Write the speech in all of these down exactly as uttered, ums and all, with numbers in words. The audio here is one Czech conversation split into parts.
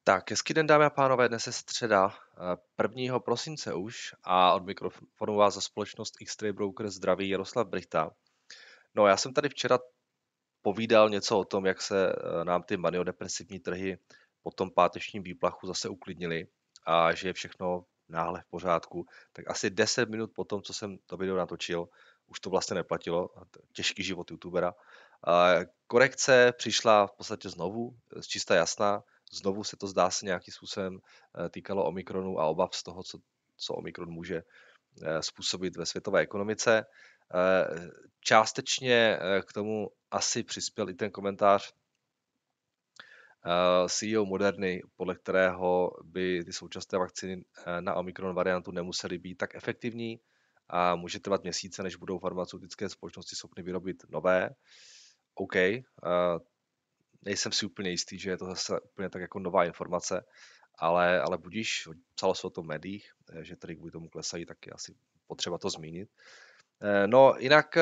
Tak, hezký den, dámy a pánové, dnes je středa, eh, prvního prosince už a od mikrofonu vás za společnost X-Ray Broker zdraví Jaroslav Brychta. No, já jsem tady včera povídal něco o tom, jak se eh, nám ty maniodepresivní trhy po tom pátečním výplachu zase uklidnily a že je všechno náhle v pořádku. Tak asi deset minut po tom, co jsem to video natočil, už to vlastně neplatilo. Těžký život youtubera. Eh, Korekce přišla v podstatě znovu, eh, čista jasná. Znovu se to zdá se nějakým způsobem eh, týkalo Omikronu a obav z toho, co, co Omikron může eh, způsobit ve světové ekonomice. Eh, Částečně eh, k tomu asi přispěl i ten komentář eh, C E O Moderny, podle kterého by ty současné vakcíny eh, na Omikron variantu nemusely být tak efektivní a může trvat měsíce, než budou farmaceutické společnosti schopny vyrobit nové. OK, eh, nejsem si úplně jistý, že je to zase úplně tak jako nová informace, ale, ale budíš, psalo se o tom v médiích, eh, že tady kvůli tomu klesají, tak je asi potřeba to zmínit. Eh, No, jinak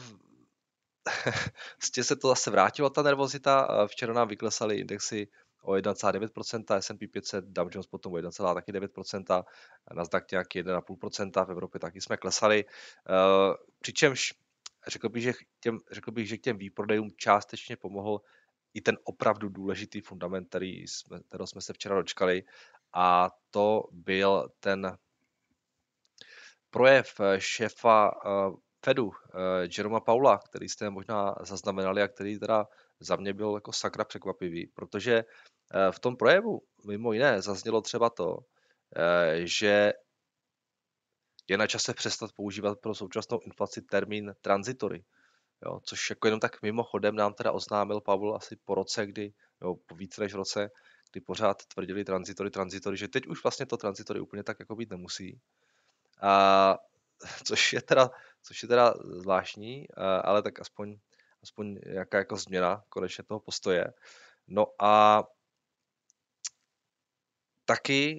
Vlastně se to zase vrátilo, ta nervozita. Včera nám vyklesaly indexy o jedna celá devět procenta, S and P pět set, Dow Jones potom o jedna celá devět procenta, Nasdaq nějaký jedna celá pět procenta, v Evropě taky jsme klesali. Přičemž řekl bych, že k těm, řekl bych, že k těm výprodejům částečně pomohl i ten opravdu důležitý fundament, který jsme, kterého jsme se včera dočkali, a to byl ten projev šéfa Fedu, Jeroma Paula, který jste možná zaznamenali a který teda za mě byl jako sakra překvapivý, protože v tom projevu mimo jiné zaznělo třeba to, že je na čase přestat používat pro současnou inflaci termín tranzitory, jo, což jako jenom tak mimochodem nám teda oznámil Pavel asi po roce, kdy, nebo po více než roce, kdy pořád tvrdili tranzitory, tranzitory, že teď už vlastně to tranzitory úplně tak jako být nemusí. A což je teda, což je teda zvláštní, ale tak aspoň, aspoň jaká jako změna konečně toho postoje. No a taky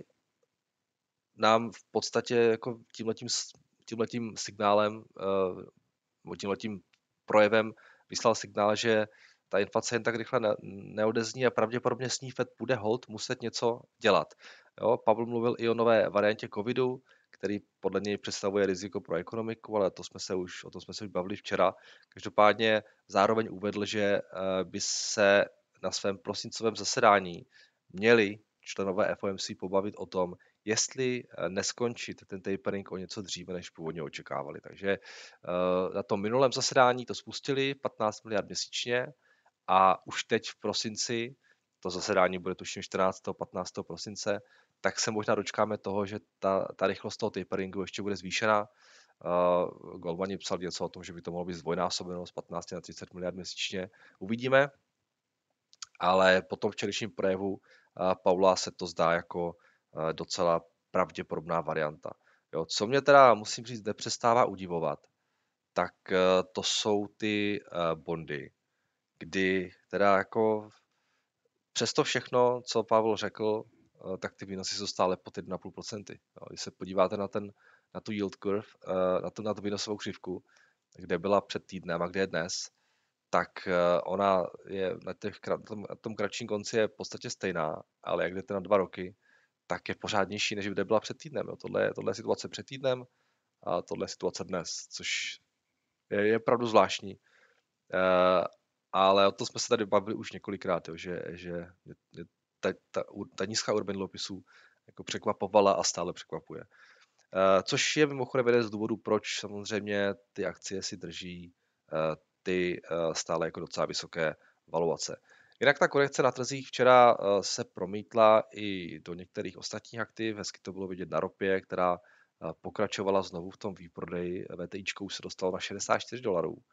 nám v podstatě jako tímhletím, tímhletím signálem, tímhletím projevem vyslal signál, že ta inflace jen tak rychle ne, neodezní a pravděpodobně s ní Fed bude hold muset něco dělat. Jo, Pavel mluvil i o nové variantě covidu, který podle něj představuje riziko pro ekonomiku, ale to jsme se už, o tom jsme se už bavili včera. Každopádně zároveň uvedl, že by se na svém prosincovém zasedání měli členové F O M C pobavit o tom, jestli neskončit ten tapering o něco dříve, než původně očekávali. Takže na tom minulém zasedání to spustili patnáct miliard měsíčně a už teď v prosinci, to zasedání bude tuším čtrnáctého patnáctého prosince, tak se možná dočkáme toho, že ta, ta rychlost toho taperingu ještě bude zvýšena. Uh, Goldman psal něco o tom, že by to mohlo být zdvojnásobeno z patnáct na třicet miliard měsíčně. Uvidíme, ale po tom včerejším projevu uh, Paula se to zdá jako uh, docela pravděpodobná varianta. Jo, co mě teda, musím říct, nepřestává udivovat, tak uh, to jsou ty uh, bondy, kdy teda jako přesto všechno, co Pavel řekl, uh, tak ty výnosy jsou stále pod jedna celá pět procenta. Když se podíváte na, ten, na tu yield curve, uh, na tu, na tu výnosovou křivku, kde byla před týdnem a kde je dnes, tak ona je na, těch, na, tom, na tom kratším konci je v podstatě stejná, ale jak jdete na dva roky, tak je pořád nižší, než kde byla před týdnem. Jo. Tohle, je, tohle je situace před týdnem a tohle je situace dnes, což je, je opravdu zvláštní. Uh, ale o tom jsme se tady bavili už několikrát, jo, že, že je, je, ta, ta, ta nízká úroveň dluhopisů jako překvapovala a stále překvapuje. Uh, což je mimochodem jeden z důvodů, proč samozřejmě ty akcie si drží uh, ty uh, stále jako docela vysoké valuace. Jinak ta korekce na trzích včera uh, se promítla i do některých ostatních aktiv. Hezky to bylo vidět na ropě, která uh, pokračovala znovu v tom výprodeji. VTIčko už se dostalo na šedesát čtyři dolarů. Uh,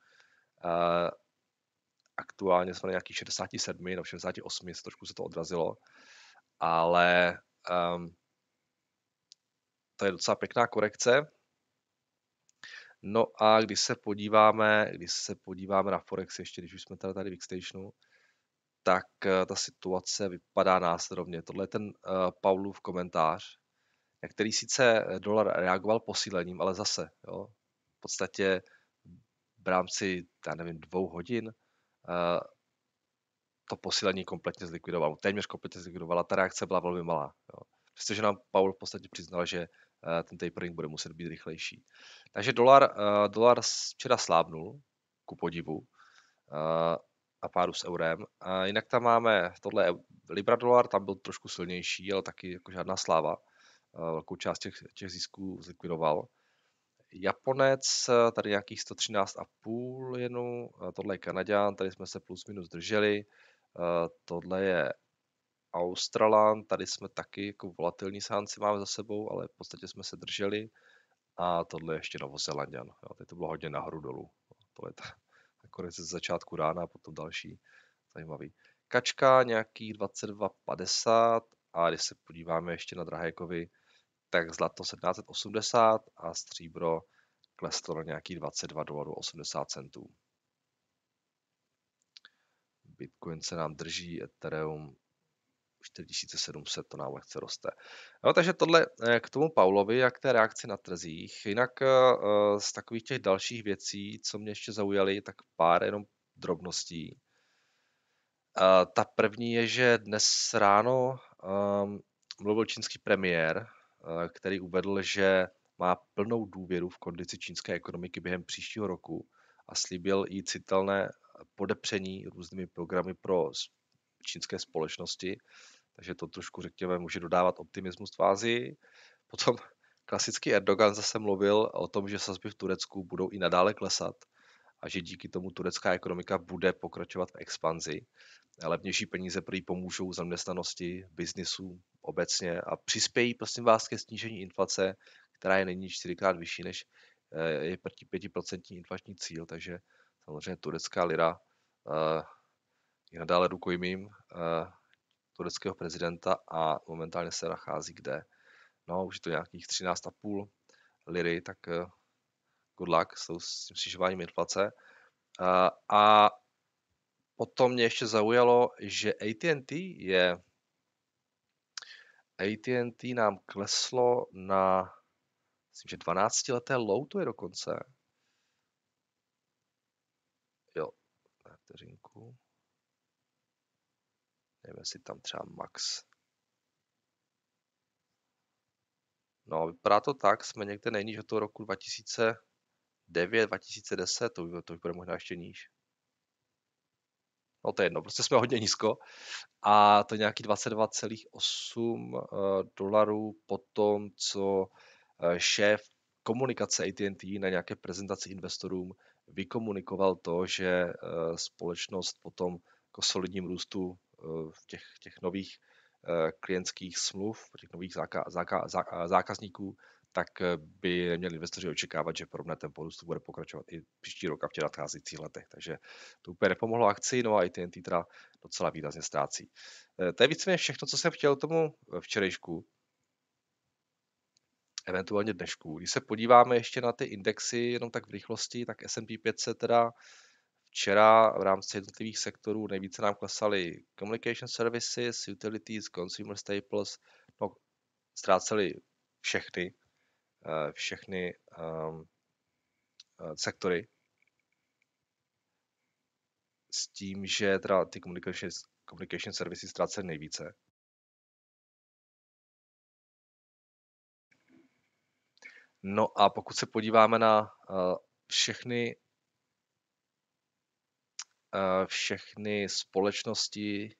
aktuálně jsme na nějakých šedesát sedm nebo šedesát osm, trošku se to odrazilo. Ale um, to je docela pěkná korekce. No a když se podíváme, když se podíváme na Forex, ještě když už jsme tady, tady v Xstationu, tak ta situace vypadá následovně. Tohle je ten uh, Paulův komentář, na který sice dolar reagoval posílením, ale zase, jo, v podstatě v rámci, já nevím, dvou hodin uh, to posílení kompletně zlikvidoval, téměř kompletně zlikvidovala, ta reakce byla velmi malá. Jo. Přestože nám Powell v podstatě přiznal, že ten tapering bude muset být rychlejší. Takže dolar, dolar včera slábnul, ku podivu, a pádu s eurem. A jinak tam máme tohle Libra dolar, tam byl trošku silnější, ale taky jako žádná sláva. Velkou část těch, těch zisků zlikvidoval. Japonec tady nějakých sto třináct a půl jenu, tohle je Kanaďan, tady jsme se plus minus drželi, tohle je Australan, tady jsme taky jako volatilní sánci máme za sebou, ale v podstatě jsme se drželi a tohle je ještě Novozélanďan, teď to bylo hodně nahoru dolů, to je ta, nakonec ze začátku rána a potom další, zajímavý. Kačka nějakých dvacet dva padesát a když se podíváme ještě na Drahékovi, tak zlato sedmnáct set osmdesát a stříbro kleslo na nějaký dvacet dva dolarů osmdesát centů. Bitcoin se nám drží, Ethereum čtyři tisíce sedm set, to nám lehce roste. No, takže tohle k tomu Paulovi, jak té reakci na trzích. Jinak z takových těch dalších věcí, co mě ještě zaujaly, tak pár jenom drobností. Ta první je, že dnes ráno um, mluvil čínský premiér, který uvedl, že má plnou důvěru v kondici čínské ekonomiky během příštího roku a slíbil i citelné podepření různými programy pro čínské společnosti, takže to trošku, řekněme, může dodávat optimismus v Asii. Potom klasický Erdogan zase mluvil o tom, že sazby v Turecku budou i nadále klesat a že díky tomu turecká ekonomika bude pokračovat v expanzi. Levnější peníze prý pomůžou zaměstnanosti, biznisu obecně a přispějí, prosím vás, ke snížení inflace, která je nyní čtyřikrát vyšší než je pět procent inflační cíl, takže samozřejmě turecká lira je nadále rukojmím tureckého prezidenta a momentálně se nachází kde? No, už je to nějakých třináct a půl liry, tak good luck s tím snižováním inflace. A potom mě ještě zaujalo, že A T and T je A T and T nám kleslo na myslím, že dvanáctileté low to je dokonce. Jo, na vteřinku. Nevím, jestli tam třeba max. No, vypadá to tak, jsme někde nejníž od toho roku dva tisíce devět, dva tisíce deset, to, to bude možná ještě níž. No to je jedno, prostě jsme hodně nízko. A to je nějaký dvacet dva celá osm dolarů po tom, co šéf komunikace A T and T na nějaké prezentaci investorům vykomunikoval to, že společnost potom jako solidním růstu v těch, těch nových klientských smluv, těch nových záka, záka, zá, zákazníků, tak by neměli investoři očekávat, že podobné tempo růstu bude pokračovat i příští rok a v těch nadcházejících letech. Takže to úplně nepomohlo akci, no a A T and T teda docela výrazně ztrácí. To je víceméně všechno, co jsem chtěl tomu včerejšku, eventuálně dnešku. Když se podíváme ještě na ty indexy, jenom tak v rychlosti, tak S and P pět set teda včera v rámci jednotlivých sektorů nejvíce nám klesaly communication services, utilities, consumer staples, no, ztráceli všechny, všechny um, sektory s tím, že teda ty communication, communication services ztrácely nejvíce. No a pokud se podíváme na uh, všechny uh, všechny společnosti,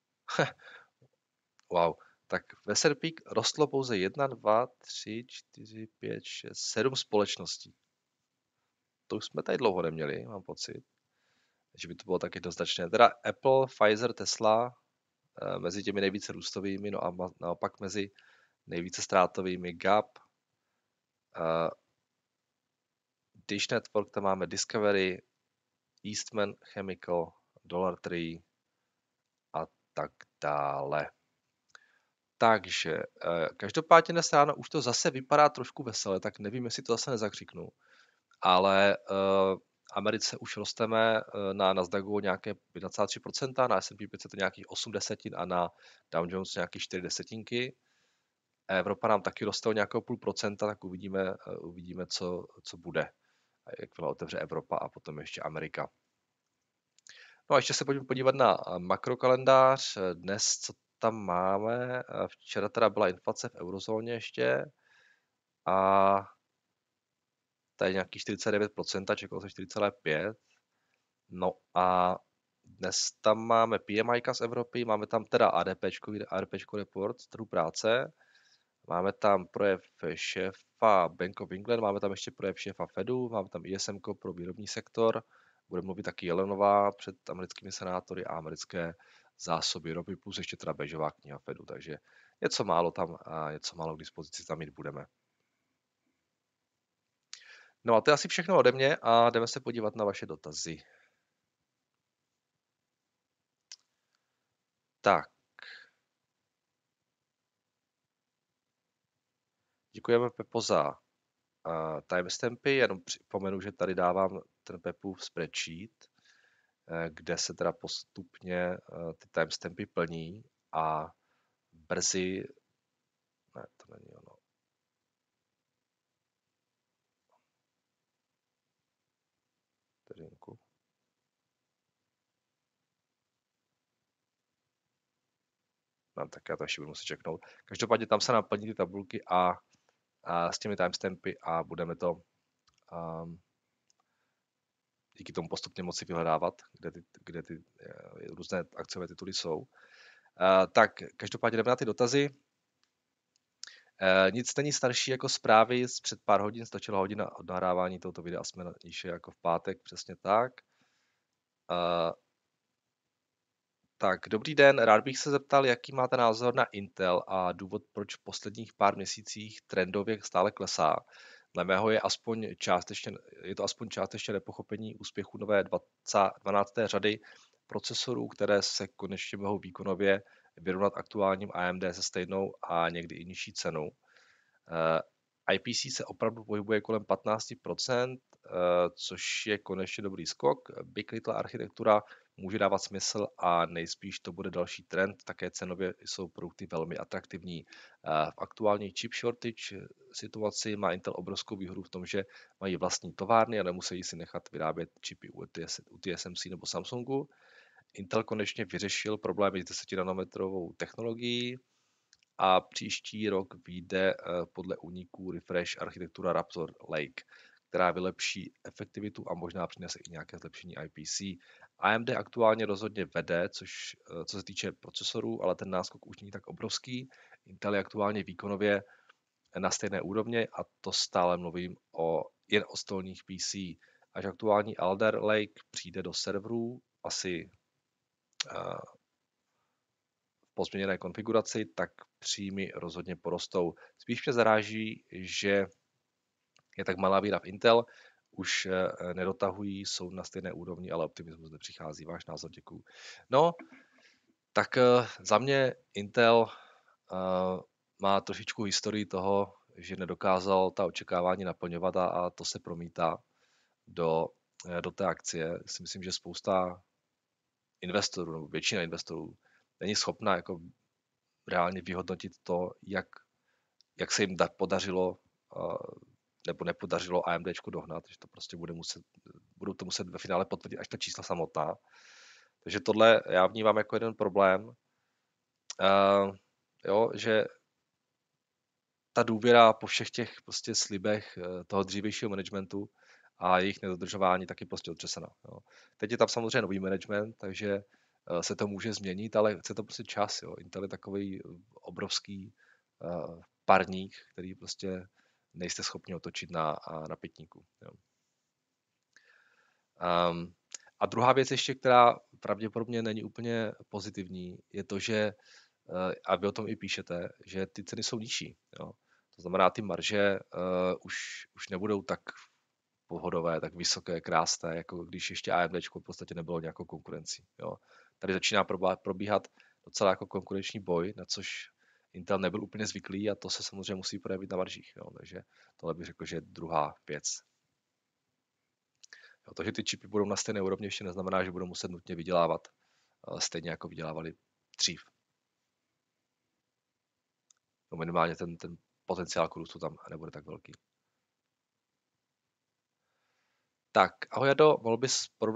wow, tak v S and P rostlo pouze jedna, dva, tři, čtyři, pět, šest, sedm společností. To už jsme tady dlouho neměli, mám pocit, že by to bylo taky doznačné. Teda Apple, Pfizer, Tesla uh, mezi těmi nejvíce růstovými, no a naopak mezi nejvíce ztrátovými Gap, uh, Dish Network, tam máme Discovery, Eastman Chemical, Dollar Tree a tak dále. Takže každopádně dnes ráno už to zase vypadá trošku veselé, tak nevím, jestli to zase nezakřiknu, ale uh, Americe už rosteme na Nasdaqu nějaké jedna celá tři procenta, na S and P pět set nějakých osm desetin a na Dow Jones nějakých čtyři desetinky. Evropa nám taky roste o nějakého půl procenta, tak uvidíme, uvidíme co, co bude, jakmile otevře Evropa a potom ještě Amerika. No a ještě se pojďme podívat na makrokalendář. Dnes, co tam máme, včera teda byla inflace v eurozóně ještě a tady nějaký čtyři celá devět procenta, čekalo se čtyři celá pět. No a dnes tam máme P M I z Evropy, máme tam teda ADPčko, ADPčko report z trhu práce, máme tam projev šéfa Bank of England, máme tam ještě projev šéfa Fedu, máme tam I S M pro výrobní sektor, bude mluvit taky Jelenová před americkými senátory a americké zásoby ropy, plus ještě teda bežová kniha Fedu, takže něco málo tam a něco málo k dispozici tam mít budeme. No a to je asi všechno ode mě a jdeme se podívat na vaše dotazy. Tak. Děkujeme, Pepo, za uh, timestampy. Jenom připomenu, že tady dávám ten Pepův spreadsheet, uh, kde se teda postupně uh, ty timestampy plní a brzy... Ne, to není ono. Vteřinku. No, tak já to ještě budu muset čeknout. Každopádně tam se naplní ty tabulky a, a s těmi timestampy a budeme to um, díky tomu postupně moci vyhledávat, kde ty, kde ty uh, různé akciové tituly jsou. Uh, tak každopádně jdeme na ty dotazy. Uh, nic není starší jako zprávy z před pár hodin, stačila hodina od nahrávání tohoto videa, jsme na níže jako v pátek, přesně tak. Uh, tak, dobrý den, rád bych se zeptal, jaký máte názor na Intel a důvod, proč v posledních pár měsících trendově stále klesá. Dle mého je, aspoň částečně, je to aspoň částečně nepochopení úspěchu nové dvanácté řady procesorů, které se konečně mohou výkonově vyrovnat aktuálním A M D se stejnou a někdy i nižší cenou. I P C se opravdu pohybuje kolem patnáct procent, což je konečně dobrý skok. Big Little architektura může dávat smysl a nejspíš to bude další trend. Také cenově jsou produkty velmi atraktivní. V aktuální chip shortage situaci má Intel obrovskou výhodu v tom, že mají vlastní továrny a nemusí si nechat vyrábět čipy u T S M C nebo Samsungu. Intel konečně vyřešil problémy s deset nanometrovou technologií a příští rok vyjde podle úniků refresh architektura Raptor Lake, která vylepší efektivitu a možná přinese i nějaké zlepšení I P C. A M D aktuálně rozhodně vede, což co se týče procesorů, ale ten náskok už není tak obrovský. Intel je aktuálně výkonově na stejné úrovni a to stále mluvím o, jen o stolních P C. Až aktuální Alder Lake přijde do serverů, asi uh, v pozměněné konfiguraci, tak příjmy rozhodně porostou. Spíš mě zaráží, že je tak malá víra v Intel, už nedotahují, jsou na stejné úrovni, ale optimismus nepřichází. Váš názor, děkuju. No, tak za mě Intel má trošičku historii toho, že nedokázal ta očekávání naplňovat a, a to se promítá do, do té akcie. Si myslím, že spousta investorů, nebo většina investorů není schopná jako reálně vyhodnotit to, jak, jak se jim podařilo nebo nepodařilo AMDčku dohnat, že to prostě bude muset, budou to muset ve finále potvrdit až ta čísla samotná. Takže tohle já vnímám jako jeden problém, uh, jo, že ta důvěra po všech těch prostě slibech toho dřívějšího managementu a jejich nedodržování taky prostě otřesena. Jo. Teď je tam samozřejmě nový management, takže se to může změnit, ale chce to prostě čas. Jo. Intel je takový obrovský uh, parník, který prostě nejste schopni otočit na, na pětníku. Jo. Um, a druhá věc ještě, která pravděpodobně není úplně pozitivní, je to, že, uh, a vy o tom i píšete, že ty ceny jsou nižší. Jo. To znamená, ty marže uh, už, už nebudou tak pohodové, tak vysoké, krásné, jako když ještě AMDčko v podstatě nebylo nějakou konkurencí. Jo. Tady začíná probíhat docela jako konkurenční boj, na což Intel nebyl úplně zvyklý a to se samozřejmě musí projevit na maržích. Jo. Takže tohle bych řekl, že je druhá věc. Jo, to, že ty čipy budou na stejné úrovni, ještě neznamená, že budou muset nutně vydělávat stejně jako vydělávali dřív. No minimálně ten, ten potenciál k růstu tam nebude tak velký. Tak, ahoj Jado, mohl bys porovnat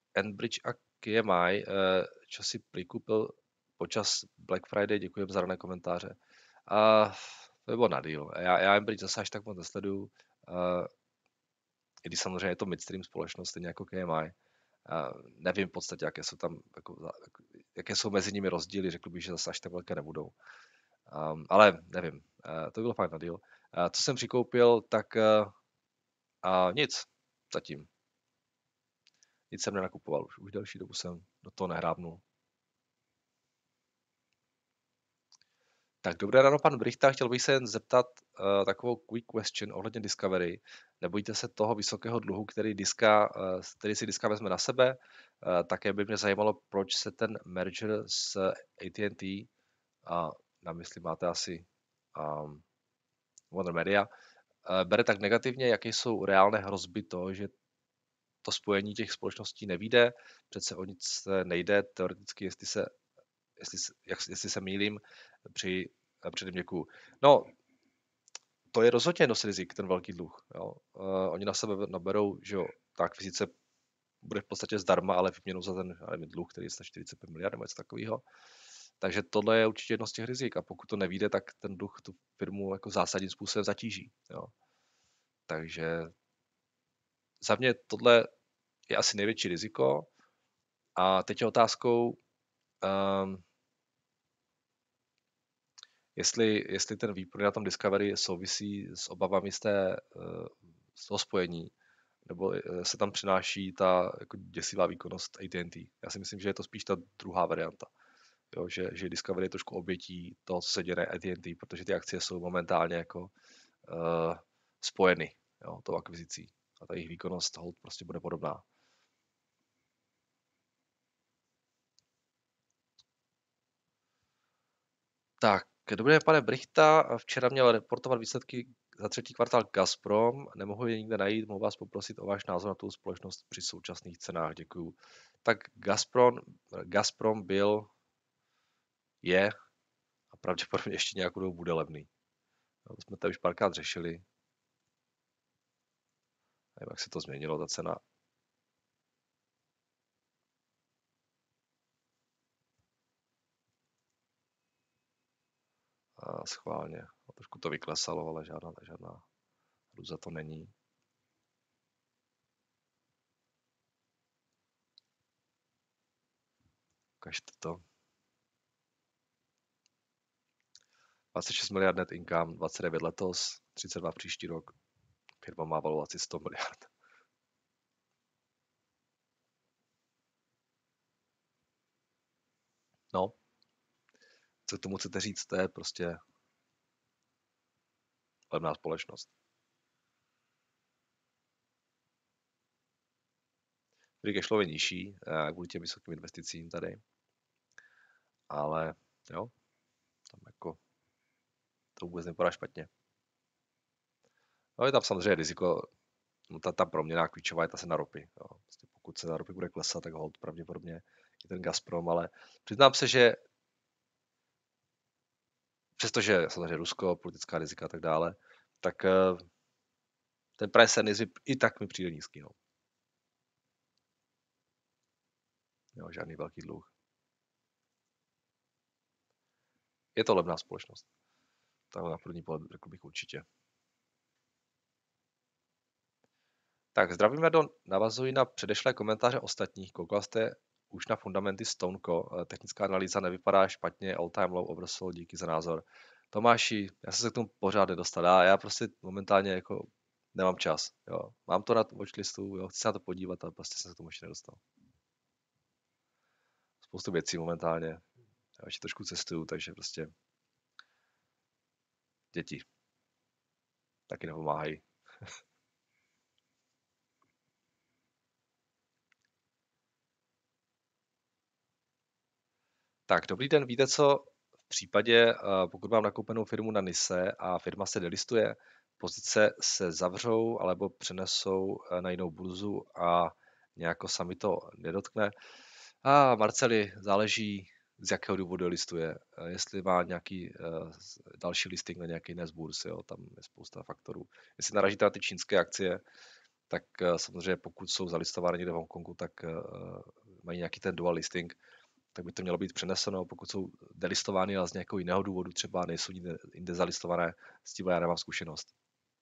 Enbridge a K M I, čo si prikúpil počas Black Friday, děkujem za rané komentáře. A to by bylo na deal. Já, já Enbridge zase až tak moc nesleduju, a, i když samozřejmě je to midstream společnost, stejně jako K M I. A nevím v podstatě, jaké jsou tam, jako, jaké jsou mezi nimi rozdíly, řekl bych, že zase až tak velké nebudou. Um, ale nevím, uh, to bylo fajn na deal. Uh, co jsem přikoupil, tak uh, uh, nic zatím. Nic jsem nenakupoval, už, už delší dobu jsem do toho nehrábnul. Tak dobré ráno, pan Brichta, chtěl bych se jen zeptat uh, takovou quick question ohledně Discovery. Nebojíte se toho vysokého dluhu, který, diska, uh, který si Diska vezme na sebe? Uh, také by mě zajímalo, proč se ten merger s A T and T, a na mysli máte asi um, Warner Media, uh, bere tak negativně, jaké jsou reálné hrozby toho, že to spojení těch společností nevyjde, přece o nic nejde, teoreticky, jestli se, jestli, jak, jestli se mýlím, při, předem děkuju. No, to je rozhodně dost rizik, ten velký dluh. Jo. Uh, oni na sebe naberou, že jo, ta akvizice bude v podstatě zdarma, ale výměnou za ten nevím, dluh, který je sto čtyřicet pět miliard nebo něco takového. Takže tohle je určitě jedno z těch rizik a pokud to nevíde, tak ten dluh tu firmu jako zásadním způsobem zatíží. Jo. Takže za mě tohle je asi největší riziko. A teď je otázkou, um, jestli, jestli ten výprodej na tom Discovery souvisí s obavami z, té, uh, z toho spojení, nebo se tam přináší ta jako děsivá výkonnost A T and T. Já si myslím, že je to spíš ta druhá varianta. Jo, že, že Discovery je trošku obětí toho, co se děje na A T and T, protože ty akcie jsou momentálně jako uh, spojeny, jo, tou akvizicí. A ta jejich výkonnost hold prostě bude podobná. Tak, dobrý den, pane Brichta. Včera měl reportovat výsledky za třetí kvartál Gazprom. Nemohu je nikde najít, mohu vás poprosit o váš názor na tu společnost při současných cenách. Děkuju. Tak Gazprom, Gazprom byl, je a pravděpodobně ještě nějakou dobu bude levný. No, to jsme tady už párkrát řešili. Nevím, jak se to změnilo, ta cena. A schválně. A trošku to vyklesalo, ale žádná, žádná hruza to není. Ukažte to. dvacet šest miliard net income, dvacet devět letos, třicet dva příští rok. Firma má valuaci sto miliard. No, co k tomu chcete říct, to je prostě levná společnost. Free cash flow je nižší kvůli těm vysokým investicím tady, ale jo, tam jako to vůbec nevypadá špatně. No je tam samozřejmě riziko, no ta, ta proměna klíčová je ta cena ropy. Jo. Prostě pokud cena ropy bude klesat, tak hold pravděpodobně i ten Gazprom, ale přiznám se, že přestože samozřejmě Rusko, politická rizika a tak dále, tak ten price earnings i tak mi přijde nízký. No. Jo, žádný velký dluh. Je to levná společnost. Tak na první pohled řekl bych určitě. Tak zdravíme, do navazuji na předešlé komentáře ostatních. Koukal jste už na fundamenty Stoneco. Technická analýza nevypadá špatně, all time low oversold, díky za názor. Tomáši, já jsem se k tomu pořád nedostal. Já, já prostě momentálně jako nemám čas. Jo. Mám to na watchlistu, jo, chci se na to podívat, ale prostě jsem se k tomu ještě nedostal. Spoustu věcí momentálně. Já ještě trošku cestuju, takže prostě děti taky nepomáhají. Tak, dobrý den, víte co? V případě, pokud mám nakoupenou firmu na Nise a firma se delistuje, pozice se zavřou alebo přenesou na jinou burzu a nějako sami to nedotkne. A Marceli, záleží, z jakého důvodu listuje. Jestli má nějaký další listing na nějaký jiné z burzy, jo, tam je spousta faktorů. Jestli naražíte na ty čínské akcie, tak samozřejmě pokud jsou zalistovány někde v Hongkongu, tak mají nějaký ten dual listing, tak by to mělo být přeneseno. Pokud jsou delistovány ale z nějakého jiného důvodu, třeba nejsou jinde, jinde zalistované, s tím já nemám zkušenost.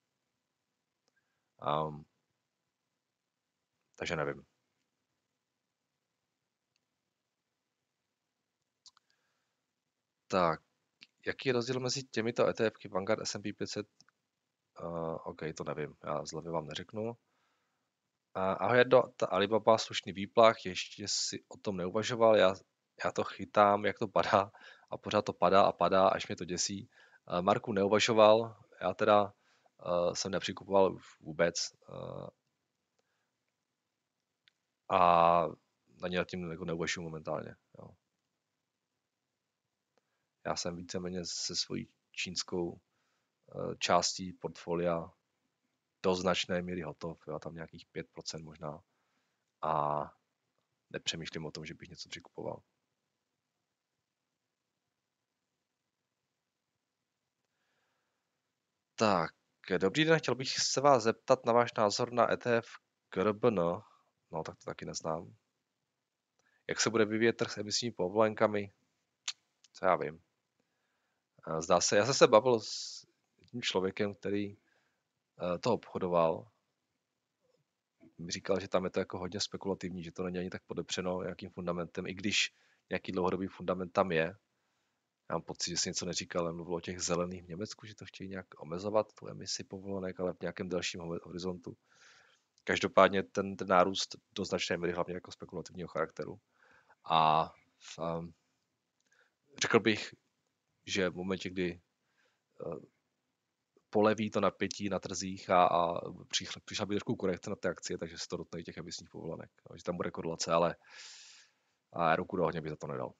Um, takže nevím. Tak, jaký je rozdíl mezi těmito ETFky Vanguard S and P pět set? Uh, OK, to nevím, já z hlavy vám neřeknu. Uh, ahoj, Jardo, ta Alibaba slušný výplach, ještě si o tom neuvažoval, já, já to chytám, jak to padá a pořád to padá a padá, až mě to děsí. Uh, Marku neuvažoval, já teda uh, jsem nepřikupoval už vůbec uh, a na ně tím jako neuvažuji momentálně. Jo. Já jsem víceméně se svojí čínskou uh, částí portfolia do značné míry hotov, jo, tam nějakých pět procent možná a nepřemýšlím o tom, že bych něco přikupoval. Tak, dobrý den, chtěl bych se vás zeptat na váš názor na E T F K R B N. No, tak to taky neznám. Jak se bude vyvíjet trh s emisními povolenkami? Co já vím. Zdá se, já jsem se bavil s tím člověkem, který to obchodoval. Mi říkal, že tam je to jako hodně spekulativní, že to není ani tak podepřeno nějakým fundamentem, i když nějaký dlouhodobý fundament tam je. Já mám pocit, že si něco neříkal, ale mluvil o těch zelených v Německu, že to chtějí nějak omezovat, tu emisi povolenek, ale v nějakém delším horizontu. Každopádně ten, ten nárůst do značné míry hlavně jako spekulativního charakteru. A um, řekl bych, že v momentě, kdy uh, poleví to napětí na trzích a, a přišla, přišla by trošku korekce na té akcie, takže se to dotkne těch emisních povolenek. No, že tam bude korelace, ale a ruku do ohně by za to nedal.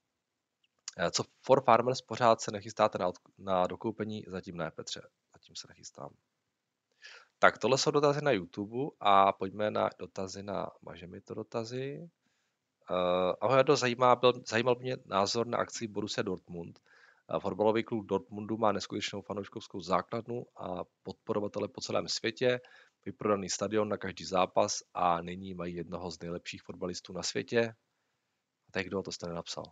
Co For Farmers, pořád se nechystáte na, na dokoupení? Zatím ne, Petře, zatím se nechystám. Tak, tohle jsou dotazy na YouTube a pojďme na dotazy na, maže mi to dotazy. Uh, ahoj, Jado, zajímá, byl, zajímal mě názor na akci Borussia Dortmund. Uh, fotbalový klub Dortmundu má neskutečnou fanouškovskou základnu a podporovatele po celém světě, vyprodaný stadion na každý zápas a nyní mají jednoho z nejlepších fotbalistů na světě. A tak kdo to jste nenapsal?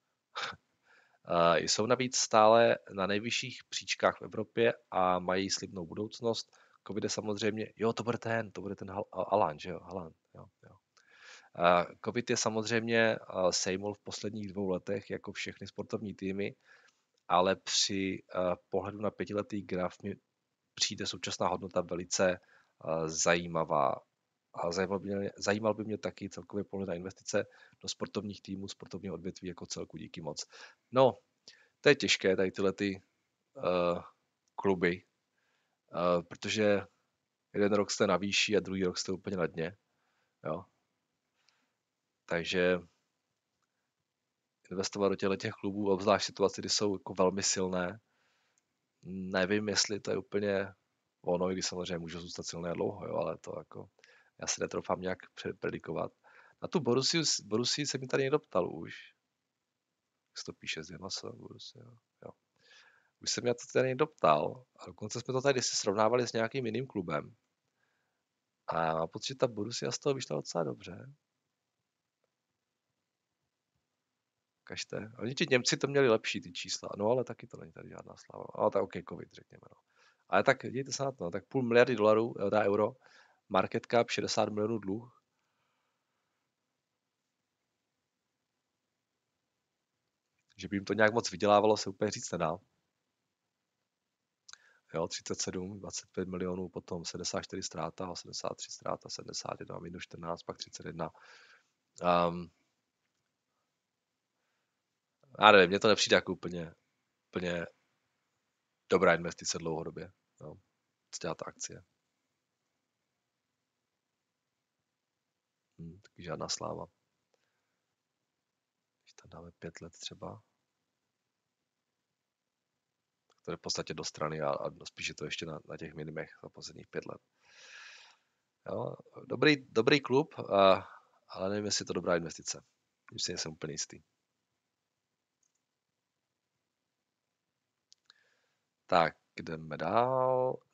Uh, jsou navíc stále na nejvyšších příčkách v Evropě a mají slibnou budoucnost. Covide samozřejmě, jo, to bude ten, to bude ten Hal- Alan, že jo, Alan, jo, jo. Uh, Covid je samozřejmě uh, sejmul v posledních dvou letech jako všechny sportovní týmy, ale při uh, pohledu na pětiletý graf mi přijde současná hodnota velice uh, zajímavá. A zajímal by, mě, zajímal by mě taky celkově pohled na investice do sportovních týmů, sportovního odvětví jako celku. Díky moc. No, to je těžké, tady tyhle ty, uh, kluby, uh, protože jeden rok jste na výši a druhý rok jste úplně na dně. Jo? Takže investovat do těchto těch klubů, obzvlášť v situaci, kdy jsou jako velmi silné, nevím, jestli to je úplně ono, i když samozřejmě můžu zůstat silné dlouho, jo, ale to jako, já si netroufám nějak predikovat. Na tu Borussii, Borussii se mi tady někdo ptal už. Jak se to píše z Jamasa, Borussia, jo. Už se mě to tady někdo ptal a dokonce jsme to tady si srovnávali s nějakým jiným klubem. A já mám pocit, že ta Borussia z toho vyšla docela dobře. Kažte. Oni ti Němci to měli lepší, ty čísla. No ale taky to není tady žádná sláva. Ale tak OK, covid, řekněme. No. Ale tak dívejte se na to. No. Tak půl miliardy dolarů, dá euro, market cap šedesát milionů dluh. Že by jim to nějak moc vydělávalo, se úplně říct nedá. Jo, třicet sedm, dvacet pět milionů, potom sedmdesát čtyři ztráta, osmdesát tři ztráta, sedmdesát jedna, minus čtrnáct, pak třicet jedna. Um, já nevím, mně to nepřijde jako úplně, úplně dobrá investice dlouhodobě. Jo. Co dělá ta akcie? Hmm, taky žádná sláva. Když tam dáme pět let třeba, tak to je v podstatě do strany a, a spíš je to ještě na, na těch minimech za posledních pět let. Jo, dobrý, dobrý klub, a, ale nevím, jestli je to dobrá investice. Tím si nejsem úplně jistý. Tak, jdeme dál.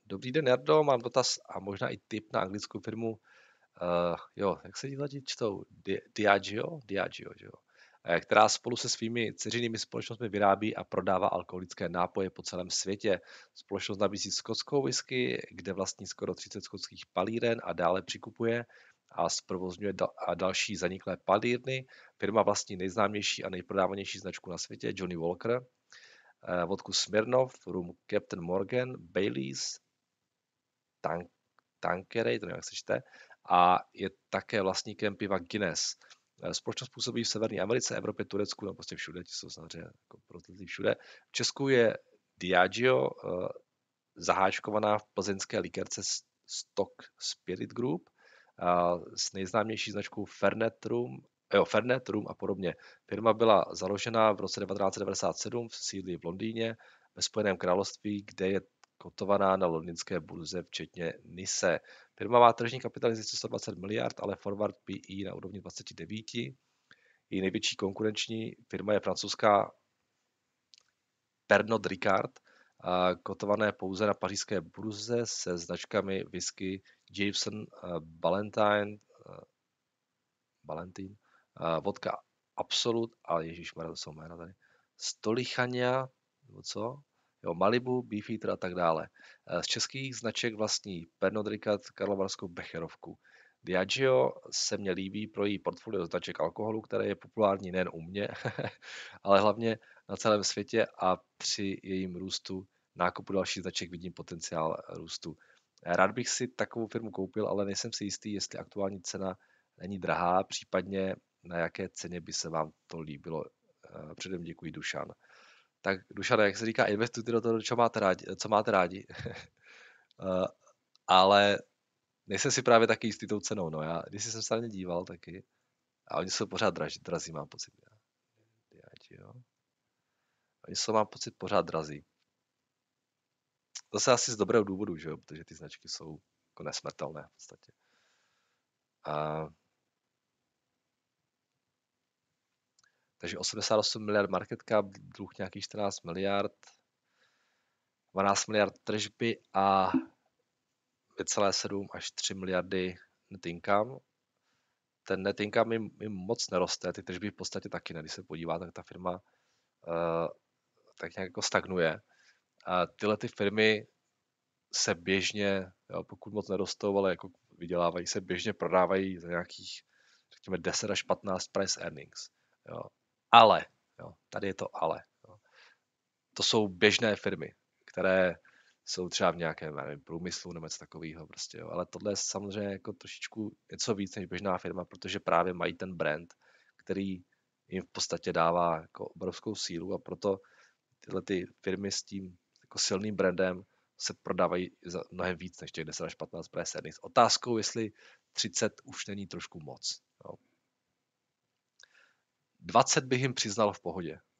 Dobrý den, Jardo, mám dotaz a možná i tip na anglickou firmu. Uh, jo, jak se ti lidi čtou? Di- Diageo? Diageo, že jo? Eh, která spolu se svými dceřinými společnostmi vyrábí a prodává alkoholické nápoje po celém světě. Společnost nabízí skotskou whisky, kde vlastní skoro třicet skotských palíren a dále přikupuje a zprovozňuje dal- a další zaniklé palírny. Firma vlastní nejznámější a nejprodávanější značku na světě, Johnny Walker, eh, vodku Smirnoff, rum Captain Morgan, Baileys, Tank, Tanqueray, to nevím, jak se čte, a je také vlastníkem piva Guinness. Eh, Společnost působí v Severní Americe, Evropě, Turecku, no prostě všude, ti jsou samozřejmě jako prozatí všude. V Česku je Diageo eh, zaháčkovaná v plzeňské likérce Stock Spirit Group a s nejznámější značkou Fernet Rum, jo, Fernet Rum a podobně. Firma byla založena v roce devatenáct devadesát sedm v sídlí v Londýně, ve Spojeném království, kde je kotovaná na londýnské burze, včetně NYSE. Firma má tržní kapitalizaci sto dvacet miliard, ale forward P E na úrovni dvacet devět. Její největší konkurenční firma je francouzská Pernod Ricard, a kotované pouze na pařížské burze se značkami whisky Jameson, Ballantine, Ballantine, vodka Absolut a ježišmarja, to jsou jména tady, Stolichania, nebo co? Jo, Malibu, Beefeater a tak dále. Z českých značek vlastní Pernod Ricard Karlovarskou Becherovku. Diageo se mně líbí pro její portfolio značek alkoholu, které je populární nejen u mě, ale hlavně na celém světě a při jejím růstu nákupu dalších značek vidím potenciál růstu. Rád bych si takovou firmu koupil, ale nejsem si jistý, jestli aktuální cena není drahá, případně na jaké ceně by se vám to líbilo. Předem děkuji, Dušan. Tak Dušan, jak se říká, investujte do toho, co máte rádi, co máte rádi. Ale nejsem si právě taky jistý tou cenou. No. Já, když jsem se na ně díval taky, a oni jsou pořád draží, drazí, mám pocit. Jo. Oni jsou, mám pocit, pořád drazí. Zase asi z dobrého důvodu, že jo? Protože ty značky jsou jako nesmrtelné v podstatě. A... Takže osmdesát osm miliard market cap, dluh nějakých čtrnáct miliard, dvanáct miliard tržby a dvě celá sedm až tři miliardy net income. Ten net income jim, jim moc neroste, ty tržby v podstatě taky ne. Když se podívá, tak ta firma uh, tak nějak jako stagnuje. A tyhle ty firmy se běžně, jo, pokud moc nerostou, ale jako vydělávají, se běžně prodávají za nějakých, řekněme, deset až patnáct price earnings. Jo. Ale, jo, tady je to ale. Jo. To jsou běžné firmy, které jsou třeba v nějakém nevím, průmyslu nebo něco takového. Prostě, jo. Ale tohle je samozřejmě jako trošičku něco víc než běžná firma, protože právě mají ten brand, který jim v podstatě dává jako obrovskou sílu a proto tyhle ty firmy s tím jako silným brandem se prodávají za mnohem víc než těch deset až patnáct price earnings. Otázkou, jestli třicet už není trošku moc. Jo. dvacet bych jim přiznal v pohodě. Jo.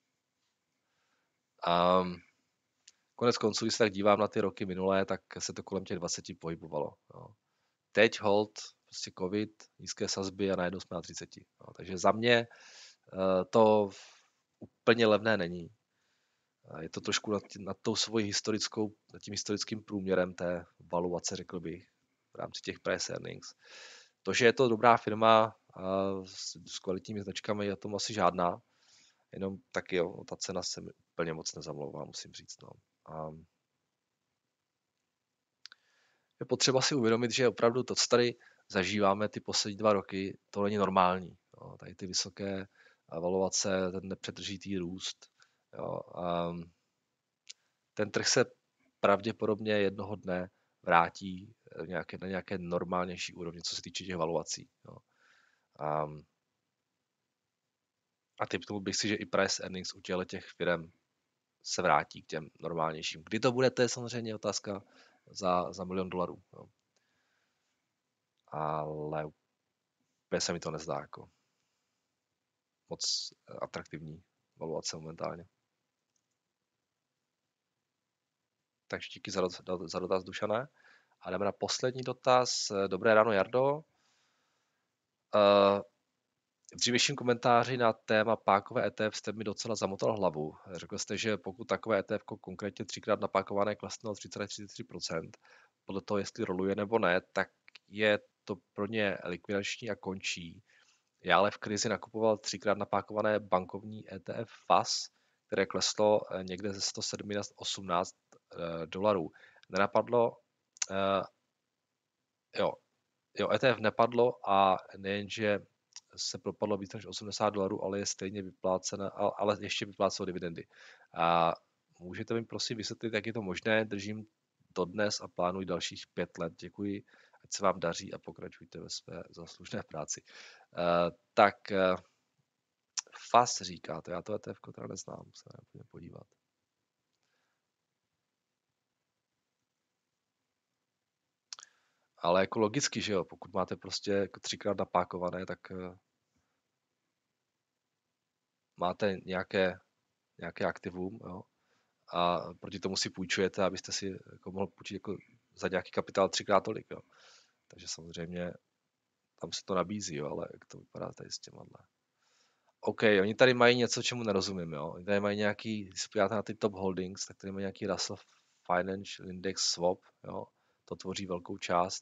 A konec konců, když se tak dívám na ty roky minulé, tak se to kolem těch dvaceti pohybovalo. Jo. Teď hold, prostě covid, nízké sazby a najednou jsme na třiceti. Jo. Takže za mě to úplně levné není. Je to trošku nad, nad tou svojí historickou, nad tím historickým průměrem té valuace, řekl bych, v rámci těch price earnings. To, že je to dobrá firma a s, s kvalitními značkami, je tomu asi žádná. Jenom taky jo, ta cena se mi úplně moc nezamlouvá, musím říct. No. A je potřeba si uvědomit, že opravdu to, co tady zažíváme ty poslední dva roky, to není normální. Jo. Tady ty vysoké valuace, ten nepřetržitý růst. Jo. A ten trh se pravděpodobně jednoho dne vrátí nějaké, na nějaké normálnější úrovni, co se týče těch valuací. Jo. A, a typnul bych si, že i price earnings u těchto těch firm se vrátí k těm normálnějším. Kdy to bude, to je samozřejmě otázka za, za milion dolarů. Jo. Ale úplně se mi to nezdá jako moc atraktivní valuace momentálně. Takže díky za, za dotaz, Dušané. A jdeme na poslední dotaz. Dobré ráno, Jardo. Uh, dřívějším komentáři na téma pákové E T F jste mi docela zamotal hlavu. Řekl jste, že pokud takové E T F konkrétně třikrát napákované klesne o tři celá třicet tři procenta, podle toho, jestli roluje nebo ne, tak je to pro ně likvidační a končí. Já ale v krizi nakupoval třikrát napákované bankovní E T F F A S, které kleslo někde ze sto sedm na osmnáct dolarů. Nenapadlo, jo, jo, E T F nepadlo a nejenže se propadlo víc než osmdesát dolarů, ale je stejně vyplácena, ale ještě vyplácelo dividendy. A můžete mi prosím vysvětlit, jak je to možné? Držím to dnes a plánuji dalších pět let. Děkuji, ať se vám daří a pokračujte ve své zaslužné práci. Uh, tak uh, F A S říkáte, já to E T F teda neznám, se nepůjdeme podívat. Ale jako logicky, že jo, pokud máte prostě jako třikrát napákované, tak uh, máte nějaké, nějaké aktivum, jo, a proti tomu si půjčujete, abyste si jako mohl půjčit jako za nějaký kapitál třikrát tolik, jo. Takže samozřejmě tam se to nabízí, jo, ale jak to vypadá tady s těma dle. OK, oni tady mají něco, čemu nerozumím, jo. Oni tady mají nějaký, když se podíváte na ty top holdings, tak tady mají nějaký Russell Financial Index Swap, jo. To tvoří velkou část.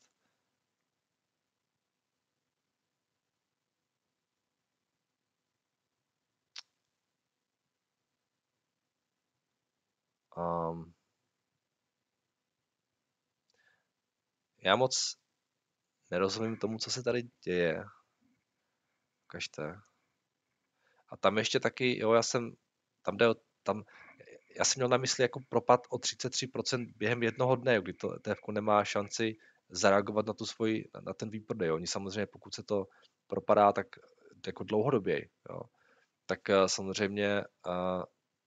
Um, já moc nerozumím tomu, co se tady děje. Ukažte. A tam ještě taky, jo, já jsem, tam jde o, tam, já jsem měl na mysli jako propad o třicet tři procent během jednoho dne, kdy to E T F nemá šanci zareagovat na tu svoji, na ten výprodej. Oni samozřejmě, pokud se to propadá, tak jako dlouhodobě, jo, tak samozřejmě uh,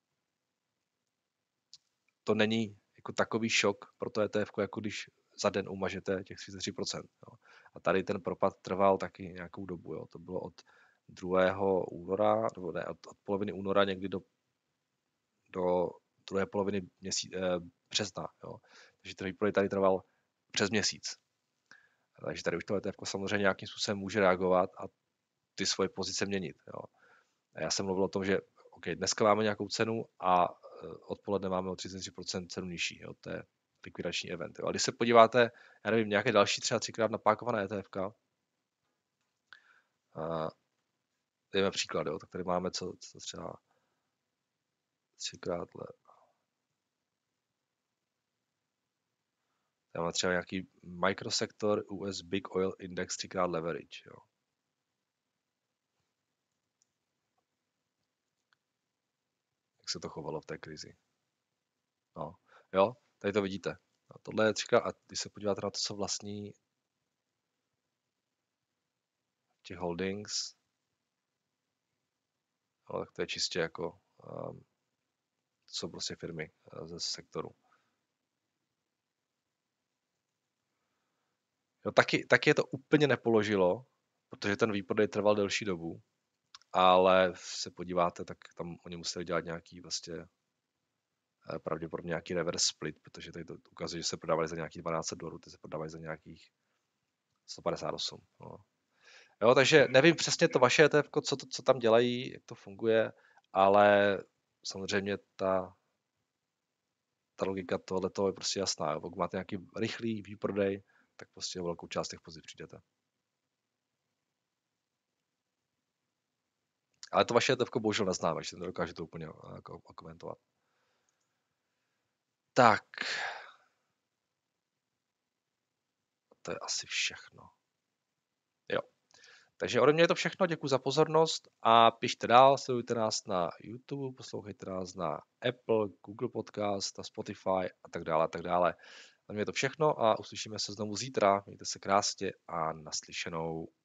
to není jako takový šok pro to E T F, jako když za den umažete těch třicet tři procent. Jo. A tady ten propad trval taky nějakou dobu. Jo. To bylo od druhého února, nebo ne, od, od poloviny února někdy do, do druhé poloviny měsíc, eh, března. Jo. Takže ten výprodej tady trval přes měsíc. Takže tady už to E T F samozřejmě nějakým způsobem může reagovat a ty svoje pozice měnit. Jo. A já jsem mluvil o tom, že okay, dneska máme nějakou cenu a odpoledne máme o třicet tři procent cenu nižší. Jo. To je likvidační event. Jo. A když se podíváte, já nevím, nějaké další třeba třikrát napákované E T F, dejme příklad, jo, tak tady máme co, co třeba třikrát let. Tady máme třeba nějaký microsector U S Big Oil Index třikrát leverage. Jo. Jak se to chovalo v té krizi. No. Jo, tady to vidíte. A tohle je třikrát, a když se podíváte na to, co vlastní těch holdings, no, tak to je čistě jako um, to jsou prostě firmy uh, ze sektoru. Jo, taky, taky je to úplně nepoložilo, protože ten výprodej trval delší dobu, ale se podíváte, tak tam oni museli dělat nějaký vlastně pravděpodobně nějaký reverse split, protože tady to ukazuje, že se prodávali za nějakých dvanáct dolarů, ty se prodávají za nějakých sto padesát osm. No. Jo, takže nevím přesně to vaše E T F, co, to, co tam dělají, jak to funguje, ale samozřejmě ta, ta logika tohoto je prostě jasná. Jo. Pokud máte nějaký rychlý výprodej, tak prostě o velkou část těch pozic přijdete. Ale to vaše E T F bohužel neznám, takže nedokážu to úplně jako komentovat. Tak. To je asi všechno. Jo. Takže ode mě je to všechno, děkuji za pozornost a pište dál, sledujte nás na YouTube, poslouchejte nás na Apple, Google Podcast, na Spotify a tak dále, a tak dále. Ode mě je to všechno a uslyšíme se znovu zítra. Mějte se krásně a naslyšenou.